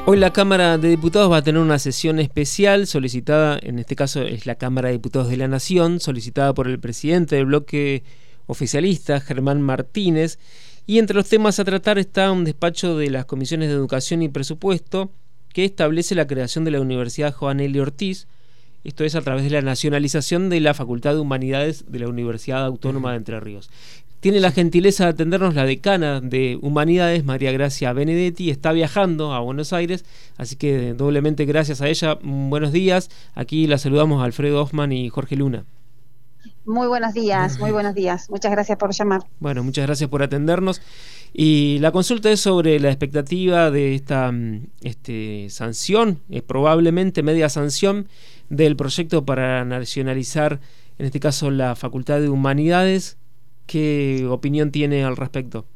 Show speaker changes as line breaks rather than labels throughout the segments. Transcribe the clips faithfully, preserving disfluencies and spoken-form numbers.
Hoy la Cámara de Diputados va a tener una sesión especial solicitada, en este caso es la Cámara de Diputados de la Nación, solicitada por el presidente del bloque oficialista, Germán Martínez, y entre los temas a tratar está un despacho de las Comisiones de Educación y Presupuesto que establece la creación de la Universidad Juan L. Ortiz, esto es a través de la nacionalización de la Facultad de Humanidades de la Universidad Autónoma de Entre Ríos. Tiene la gentileza de atendernos la decana de Humanidades, María Gracia Benedetti, está viajando a Buenos Aires, así que doblemente gracias a ella. Buenos días, aquí la saludamos a Alfredo Hoffman y Jorge Luna.
Muy buenos días, muy buenos días. Muchas gracias por llamar.
Bueno, muchas gracias por atendernos. Y la consulta es sobre la expectativa de esta este, sanción, eh, probablemente media sanción, del proyecto para nacionalizar, en este caso, la Facultad de Humanidades. ¿Qué opinión tiene al respecto?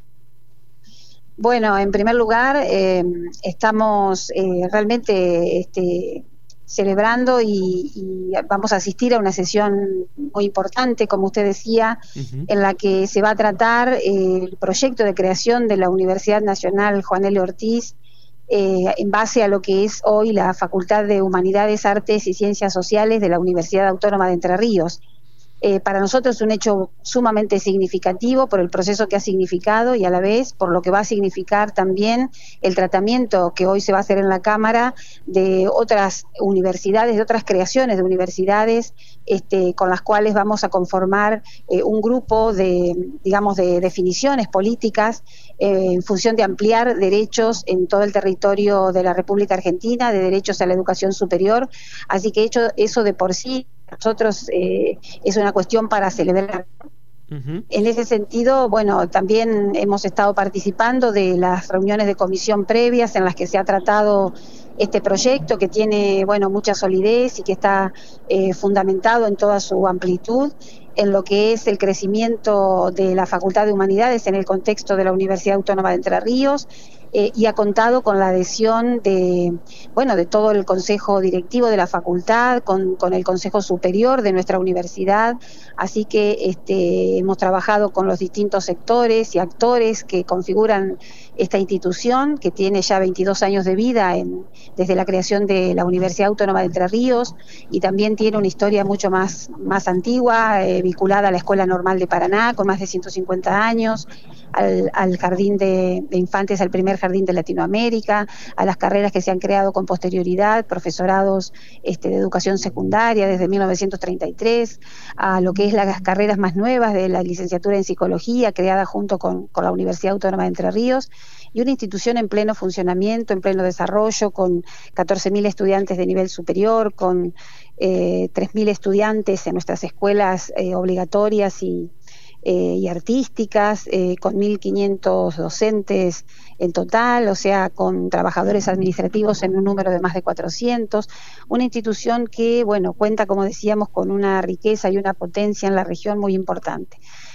Bueno, en primer lugar, eh, estamos eh, realmente este, celebrando y, y vamos a asistir a una sesión muy importante, como usted decía, uh-huh. en la que se va a tratar eh, el proyecto de creación de la Universidad Nacional Juan L. Ortiz eh, en base a lo que es hoy la Facultad de Humanidades, Artes y Ciencias Sociales de la Universidad Autónoma de Entre Ríos. Eh, para nosotros es un hecho sumamente significativo por el proceso que ha significado y a la vez por lo que va a significar también el tratamiento que hoy se va a hacer en la Cámara de otras universidades, de otras creaciones de universidades este, con las cuales vamos a conformar eh, un grupo de, digamos, de definiciones políticas eh, en función de ampliar derechos en todo el territorio de la República Argentina, de derechos a la educación superior, así que hecho eso de por sí nosotros eh, es una cuestión para celebrar. Uh-huh. En ese sentido, bueno, también hemos estado participando de las reuniones de comisión previas en las que se ha tratado este proyecto que tiene, bueno, mucha solidez y que está eh, fundamentado en toda su amplitud en lo que es el crecimiento de la Facultad de Humanidades en el contexto de la Universidad Autónoma de Entre Ríos. Eh, y ha contado con la adhesión de, bueno, de todo el Consejo Directivo de la Facultad, con, con el Consejo Superior de nuestra universidad, así que este, hemos trabajado con los distintos sectores y actores que configuran esta institución, que tiene ya veintidós años de vida en, desde la creación de la Universidad Autónoma de Entre Ríos, y también tiene una historia mucho más, más antigua, eh, vinculada a la Escuela Normal de Paraná, con más de ciento cincuenta años, al, al Jardín de, de Infantes, al primer Jardín de Latinoamérica, a las carreras que se han creado con posterioridad, profesorados este, de educación secundaria desde mil novecientos treinta y tres, a lo que es las carreras más nuevas de la licenciatura en psicología, creada junto con, con la Universidad Autónoma de Entre Ríos, y una institución en pleno funcionamiento, en pleno desarrollo, con catorce mil estudiantes de nivel superior, con eh, tres mil estudiantes en nuestras escuelas eh, obligatorias y Eh, y artísticas, eh, con mil quinientos docentes en total, o sea, con trabajadores administrativos en un número de más de cuatrocientos, una institución que, bueno, cuenta, como decíamos, con una riqueza y una potencia en la región muy importante.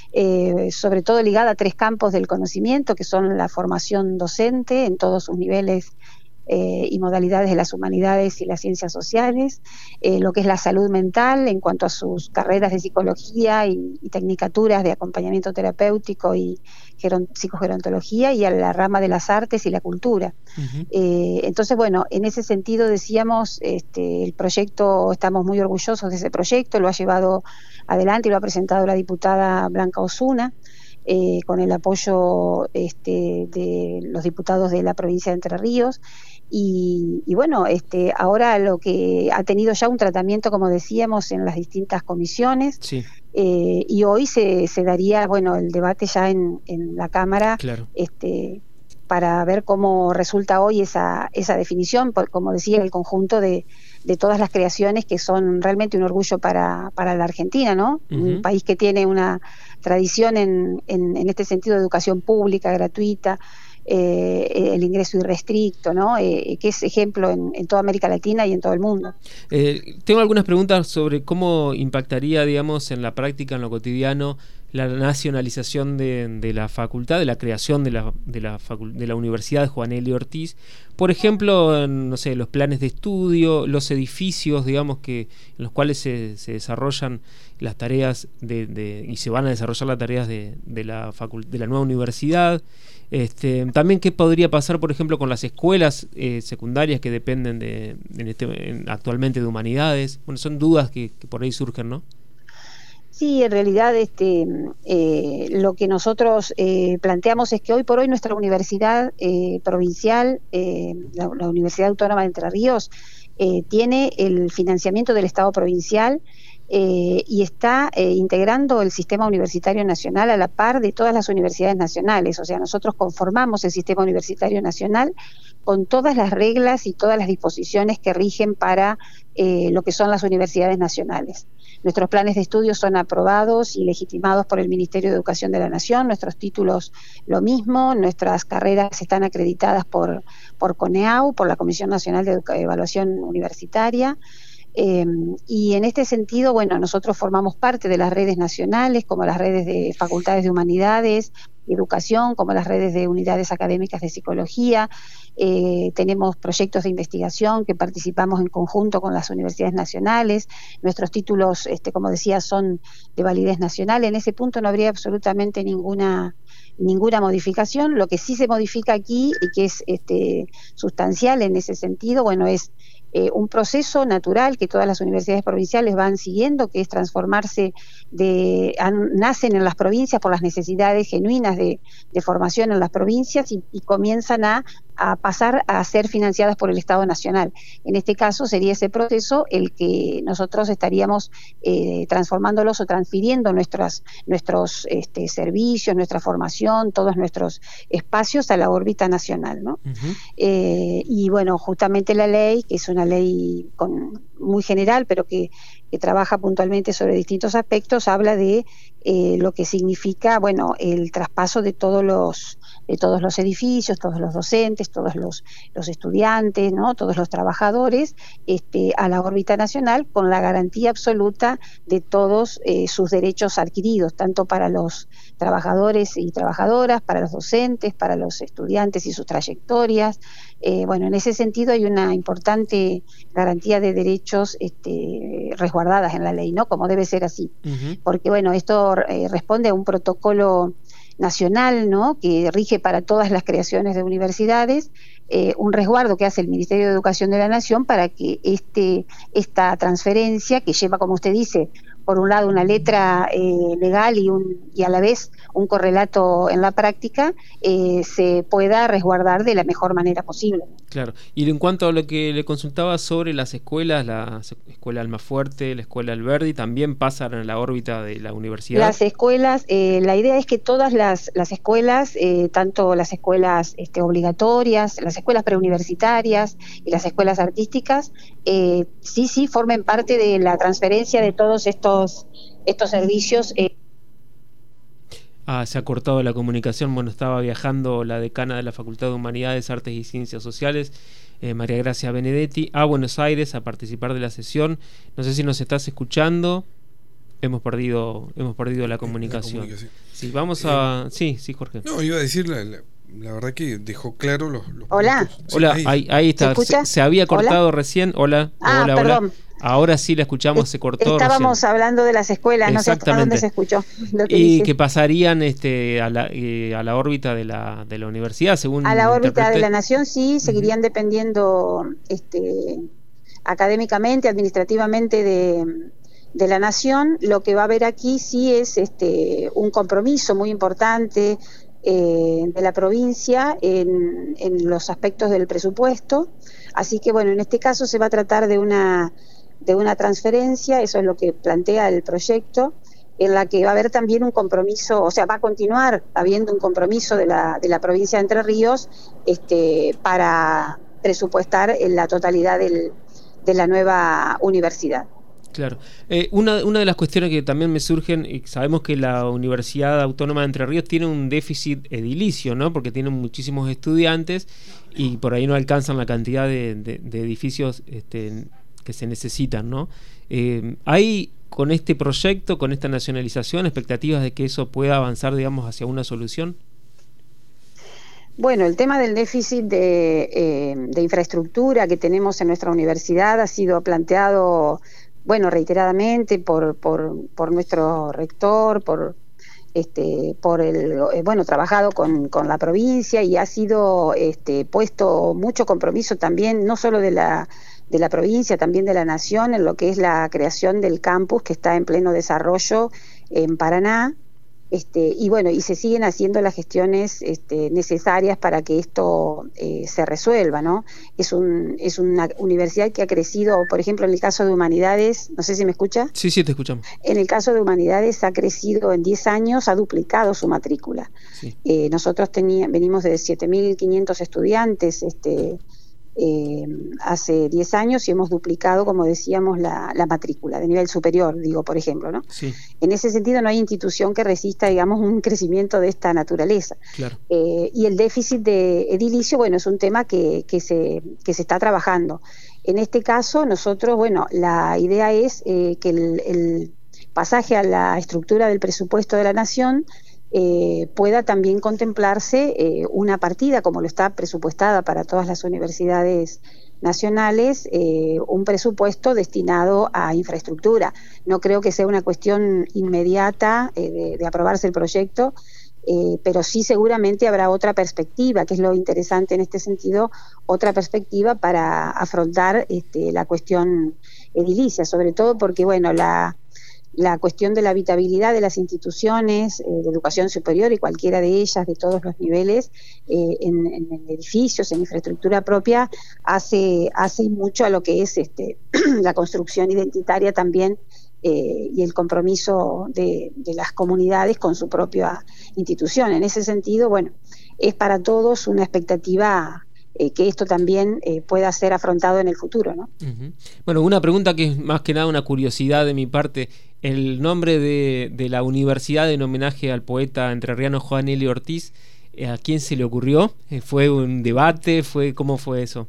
Eh, sobre todo ligada a tres campos del conocimiento, que son la formación docente en todos sus niveles Eh, y modalidades de las humanidades y las ciencias sociales, eh, lo que es la salud mental en cuanto a sus carreras de psicología y, y tecnicaturas de acompañamiento terapéutico y geron, psicogerontología, y a la rama de las artes y la cultura. Uh-huh. Eh, entonces, bueno, en ese sentido decíamos, este, el proyecto, estamos muy orgullosos de ese proyecto, lo ha llevado adelante y lo ha presentado la diputada Blanca Osuna, Eh, con el apoyo este, de los diputados de la provincia de Entre Ríos, y, y bueno, este, ahora lo que ha tenido ya un tratamiento, como decíamos, en las distintas comisiones,
sí.
eh, y hoy se, se daría, bueno, el debate ya en, en la Cámara,
claro.
este, para ver cómo resulta hoy esa, esa definición, por, como decía, el conjunto de, de todas las creaciones que son realmente un orgullo para, para la Argentina, ¿no? Uh-huh. Un país que tiene una tradición en, en, en este sentido de educación pública, gratuita, eh, el ingreso irrestricto, ¿no? Eh, que es ejemplo en, en toda América Latina y en todo el mundo.
Eh, tengo algunas preguntas sobre cómo impactaría, digamos, en la práctica, en lo cotidiano, la nacionalización de, de la facultad, de la creación de la, de la, facul- de la Universidad Juan Elio Ortiz. Por ejemplo, en, no sé, los planes de estudio, los edificios, digamos, que en los cuales se, se desarrollan las tareas de, de, y se van a desarrollar las tareas de, de, la, facul- de la nueva universidad. Este, también qué podría pasar, por ejemplo, con las escuelas eh, secundarias que dependen de, en este, en, actualmente de humanidades. Bueno, son dudas que, que por ahí surgen, ¿no?
Sí, en realidad este, eh, lo que nosotros eh, planteamos es que hoy por hoy nuestra universidad eh, provincial, eh, la, la Universidad Autónoma de Entre Ríos, eh, tiene el financiamiento del Estado provincial eh, y está eh, integrando el sistema universitario nacional a la par de todas las universidades nacionales. O sea, nosotros conformamos el sistema universitario nacional con todas las reglas y todas las disposiciones que rigen para eh, lo que son las universidades nacionales. Nuestros planes de estudio son aprobados y legitimados por el Ministerio de Educación de la Nación, nuestros títulos lo mismo, nuestras carreras están acreditadas por, por CONEAU, por la Comisión Nacional de Educa- Evaluación Universitaria. Eh, y en este sentido, bueno, nosotros formamos parte de las redes nacionales, como las redes de facultades de humanidades y educación, como las redes de unidades académicas de psicología. Eh, tenemos proyectos de investigación que participamos en conjunto con las universidades nacionales. Nuestros títulos, este, como decía, son de validez nacional. En ese punto no habría absolutamente ninguna ninguna modificación. Lo que sí se modifica aquí y que es este, sustancial en ese sentido, bueno, es Eh, un proceso natural que todas las universidades provinciales van siguiendo, que es transformarse de, han, nacen en las provincias por las necesidades genuinas de, de formación en las provincias y, y comienzan a, a pasar a ser financiadas por el Estado Nacional. En este caso sería ese proceso el que nosotros estaríamos eh, transformándolos o transfiriendo nuestras, nuestros este, servicios, nuestra formación, todos nuestros espacios a la órbita nacional, ¿no? Uh-huh. Eh, y bueno, justamente la ley, que es una ley con, muy general, pero que, que trabaja puntualmente sobre distintos aspectos, habla de eh, lo que significa, bueno, el traspaso de todos los de todos los edificios, todos los docentes, todos los, los estudiantes, ¿no? Todos los trabajadores este, a la órbita nacional con la garantía absoluta de todos eh, sus derechos adquiridos, tanto para los trabajadores y trabajadoras, para los docentes, para los estudiantes y sus trayectorias. Eh, bueno, en ese sentido hay una importante garantía de derechos este, resguardadas en la ley, ¿no? Como debe ser así. Uh-huh. Porque, bueno, esto eh, responde a un protocolo nacional, ¿no? Que rige para todas las creaciones de universidades, eh, un resguardo que hace el Ministerio de Educación de la Nación para que este esta transferencia, que lleva, como usted dice, por un lado una letra eh, legal y, un, y a la vez un correlato en la práctica, eh, se pueda resguardar de la mejor manera posible.
Claro. Y en cuanto a lo que le consultaba sobre las escuelas, la escuela Almafuerte, la escuela Alberdi, ¿también pasan a la órbita de la universidad?
Las escuelas, eh, la idea es que todas las, las escuelas, eh, tanto las escuelas este, obligatorias, las escuelas preuniversitarias y las escuelas artísticas, eh, sí, sí, formen parte de la transferencia de todos estos estos servicios. Eh.
Ah, se ha cortado la comunicación. Bueno, estaba viajando la decana de la Facultad de Humanidades, Artes y Ciencias Sociales, eh, María Gracia Benedetti, a Buenos Aires a participar de la sesión. No sé si nos estás escuchando. Hemos perdido, hemos perdido la comunicación. La comunicación. Sí, vamos a. Eh, sí, sí, Jorge.
No, iba a decir la, la, la verdad que dejó claro los. los
hola.
Sí,
hola, ahí, ahí, ahí está. ¿Se, se, se había cortado ¿Hola? recién. Hola.
Ah,
hola,
perdón.
Hola. Ahora sí la escuchamos, se cortó.
Estábamos
recién.
hablando de las escuelas, no sé hasta dónde se escuchó. Lo que
y
dice.
que pasarían este, a, la, eh, a la órbita de la, de la universidad, según.
A la órbita interpreté. de la nación, sí, seguirían uh-huh. dependiendo este, académicamente, administrativamente de, de la nación. Lo que va a haber aquí sí es este, un compromiso muy importante eh, de la provincia en, en los aspectos del presupuesto. Así que, bueno, en este caso se va a tratar de una. de una transferencia, eso es lo que plantea el proyecto, en la que va a haber también un compromiso, o sea, va a continuar habiendo un compromiso de la, de la provincia de Entre Ríos este, para presupuestar en la totalidad del, de la nueva universidad.
Claro. Eh, una, una de las cuestiones que también me surgen, y sabemos que la Universidad Autónoma de Entre Ríos tiene un déficit edilicio, ¿no? Porque tienen muchísimos estudiantes y por ahí no alcanzan la cantidad de, de, de edificios este, que se necesitan, ¿no? Eh, ¿hay con este proyecto, con esta nacionalización, expectativas de que eso pueda avanzar, digamos, hacia una solución?
Bueno, el tema del déficit de, eh, de infraestructura que tenemos en nuestra universidad ha sido planteado, bueno, reiteradamente por, por, por nuestro rector, por este, por el, bueno, trabajado con, con la provincia, y ha sido este, puesto mucho compromiso también, no solo de la de la provincia, también de la nación, en lo que es la creación del campus que está en pleno desarrollo en Paraná. Este, y bueno, y se siguen haciendo las gestiones este, necesarias para que esto eh, se resuelva, ¿no? Es un es una universidad que ha crecido, por ejemplo, en el caso de Humanidades, no sé si me escucha.
Sí, sí, te escuchamos.
En el caso de Humanidades ha crecido en diez años, ha duplicado su matrícula. Sí. Eh, nosotros tení, venimos de siete mil quinientos estudiantes, este, Eh, hace diez años, y hemos duplicado, como decíamos, la, la matrícula de nivel superior, digo, por ejemplo, ¿no?
Sí.
En ese sentido no hay institución que resista, digamos, un crecimiento de esta naturaleza.
Claro.
Eh, y el déficit de edilicio, bueno, es un tema que, que, se, que se está trabajando. En este caso, nosotros, bueno, la idea es eh, que el, el pasaje a la estructura del presupuesto de la Nación Eh, pueda también contemplarse eh, una partida, como lo está presupuestada para todas las universidades nacionales, eh, un presupuesto destinado a infraestructura. No creo que sea una cuestión inmediata eh, de, de aprobarse el proyecto, eh, pero sí seguramente habrá otra perspectiva, que es lo interesante en este sentido, otra perspectiva para afrontar este, la cuestión edilicia, sobre todo porque, bueno, la... la cuestión de la habitabilidad de las instituciones eh, de educación superior, y cualquiera de ellas, de todos los niveles, eh, en, en edificios, en infraestructura propia, hace, hace mucho a lo que es este, la construcción identitaria también, eh, y el compromiso de, de las comunidades con su propia institución. En ese sentido, bueno, es para todos una expectativa Eh, que esto también eh, pueda ser afrontado en el futuro, ¿no?
Uh-huh. Bueno, una pregunta que es más que nada una curiosidad de mi parte. El nombre de, de la universidad en homenaje al poeta entrerriano Juan L. Ortiz, ¿a quién se le ocurrió? ¿Fue un debate? ¿Fue cómo fue eso?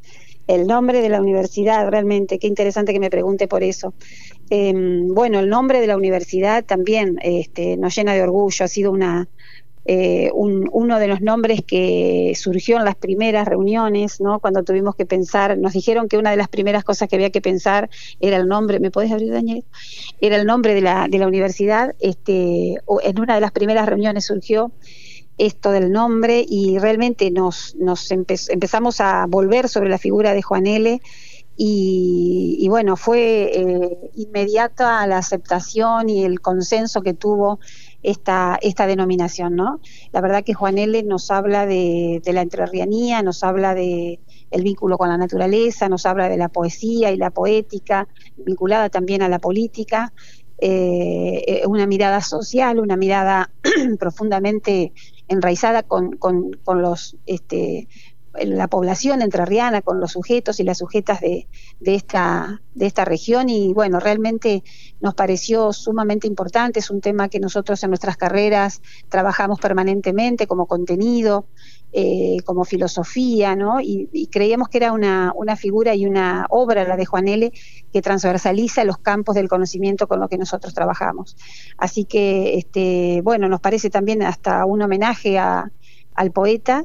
El nombre de la universidad, realmente, qué interesante que me pregunte por eso. Eh, bueno, el nombre de la universidad también este, nos llena de orgullo, ha sido una... Eh, un, uno de los nombres que surgió en las primeras reuniones, ¿no? Cuando tuvimos que pensar, nos dijeron que una de las primeras cosas que había que pensar era el nombre. ¿Me podés abrir, Daniel? Era el nombre de la, de la universidad. Este, en una de las primeras reuniones surgió esto del nombre, y realmente nos, nos empe- empezamos a volver sobre la figura de Juan L., y, y bueno, fue eh, inmediata la aceptación y el consenso que tuvo esta, esta denominación, ¿no? La verdad que Juan L. nos habla de, de la entrerrianía, nos habla de el vínculo con la naturaleza, nos habla de la poesía y la poética, vinculada también a la política, eh, una mirada social, una mirada profundamente enraizada con, con, con los... este la población entrerriana, con los sujetos y las sujetas de, de, esta, de esta región, y bueno, realmente nos pareció sumamente importante. Es un tema que nosotros en nuestras carreras trabajamos permanentemente como contenido, eh, como filosofía, ¿no? Y, y creíamos que era una, una figura y una obra, la de Juan L., que transversaliza los campos del conocimiento con los que nosotros trabajamos. Así que, este, bueno, nos parece también hasta un homenaje a, al poeta,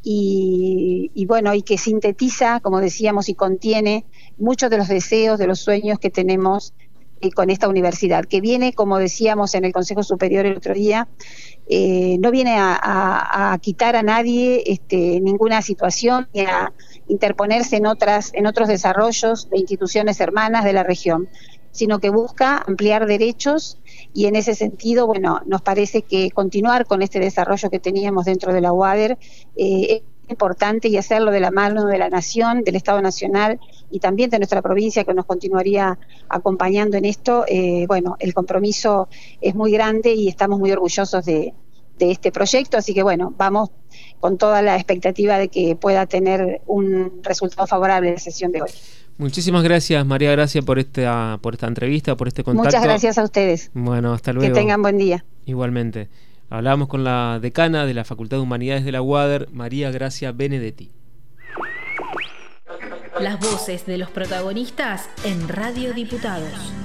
Y, y bueno, y que sintetiza, como decíamos, y contiene muchos de los deseos, de los sueños que tenemos eh, con esta universidad, que viene, como decíamos en el Consejo Superior el otro día, eh, no viene a, a, a quitar a nadie este, ninguna situación, ni a interponerse en otras, en otros desarrollos de instituciones hermanas de la región, sino que busca ampliar derechos, y en ese sentido, bueno, nos parece que continuar con este desarrollo que teníamos dentro de la U A D E R eh, es importante, y hacerlo de la mano de la Nación, del Estado Nacional, y también de nuestra provincia, que nos continuaría acompañando en esto. Eh, bueno, el compromiso es muy grande y estamos muy orgullosos de, de este proyecto, así que bueno, vamos con toda la expectativa de que pueda tener un resultado favorable en la sesión de hoy.
Muchísimas gracias, María Gracia, por esta, por esta entrevista, por este contacto.
Muchas gracias a ustedes.
Bueno, hasta luego.
Que tengan buen día.
Igualmente. Hablábamos con la decana de la Facultad de Humanidades de la U A D E R, María Gracia Benedetti.
Las voces de los protagonistas en Radio Diputados.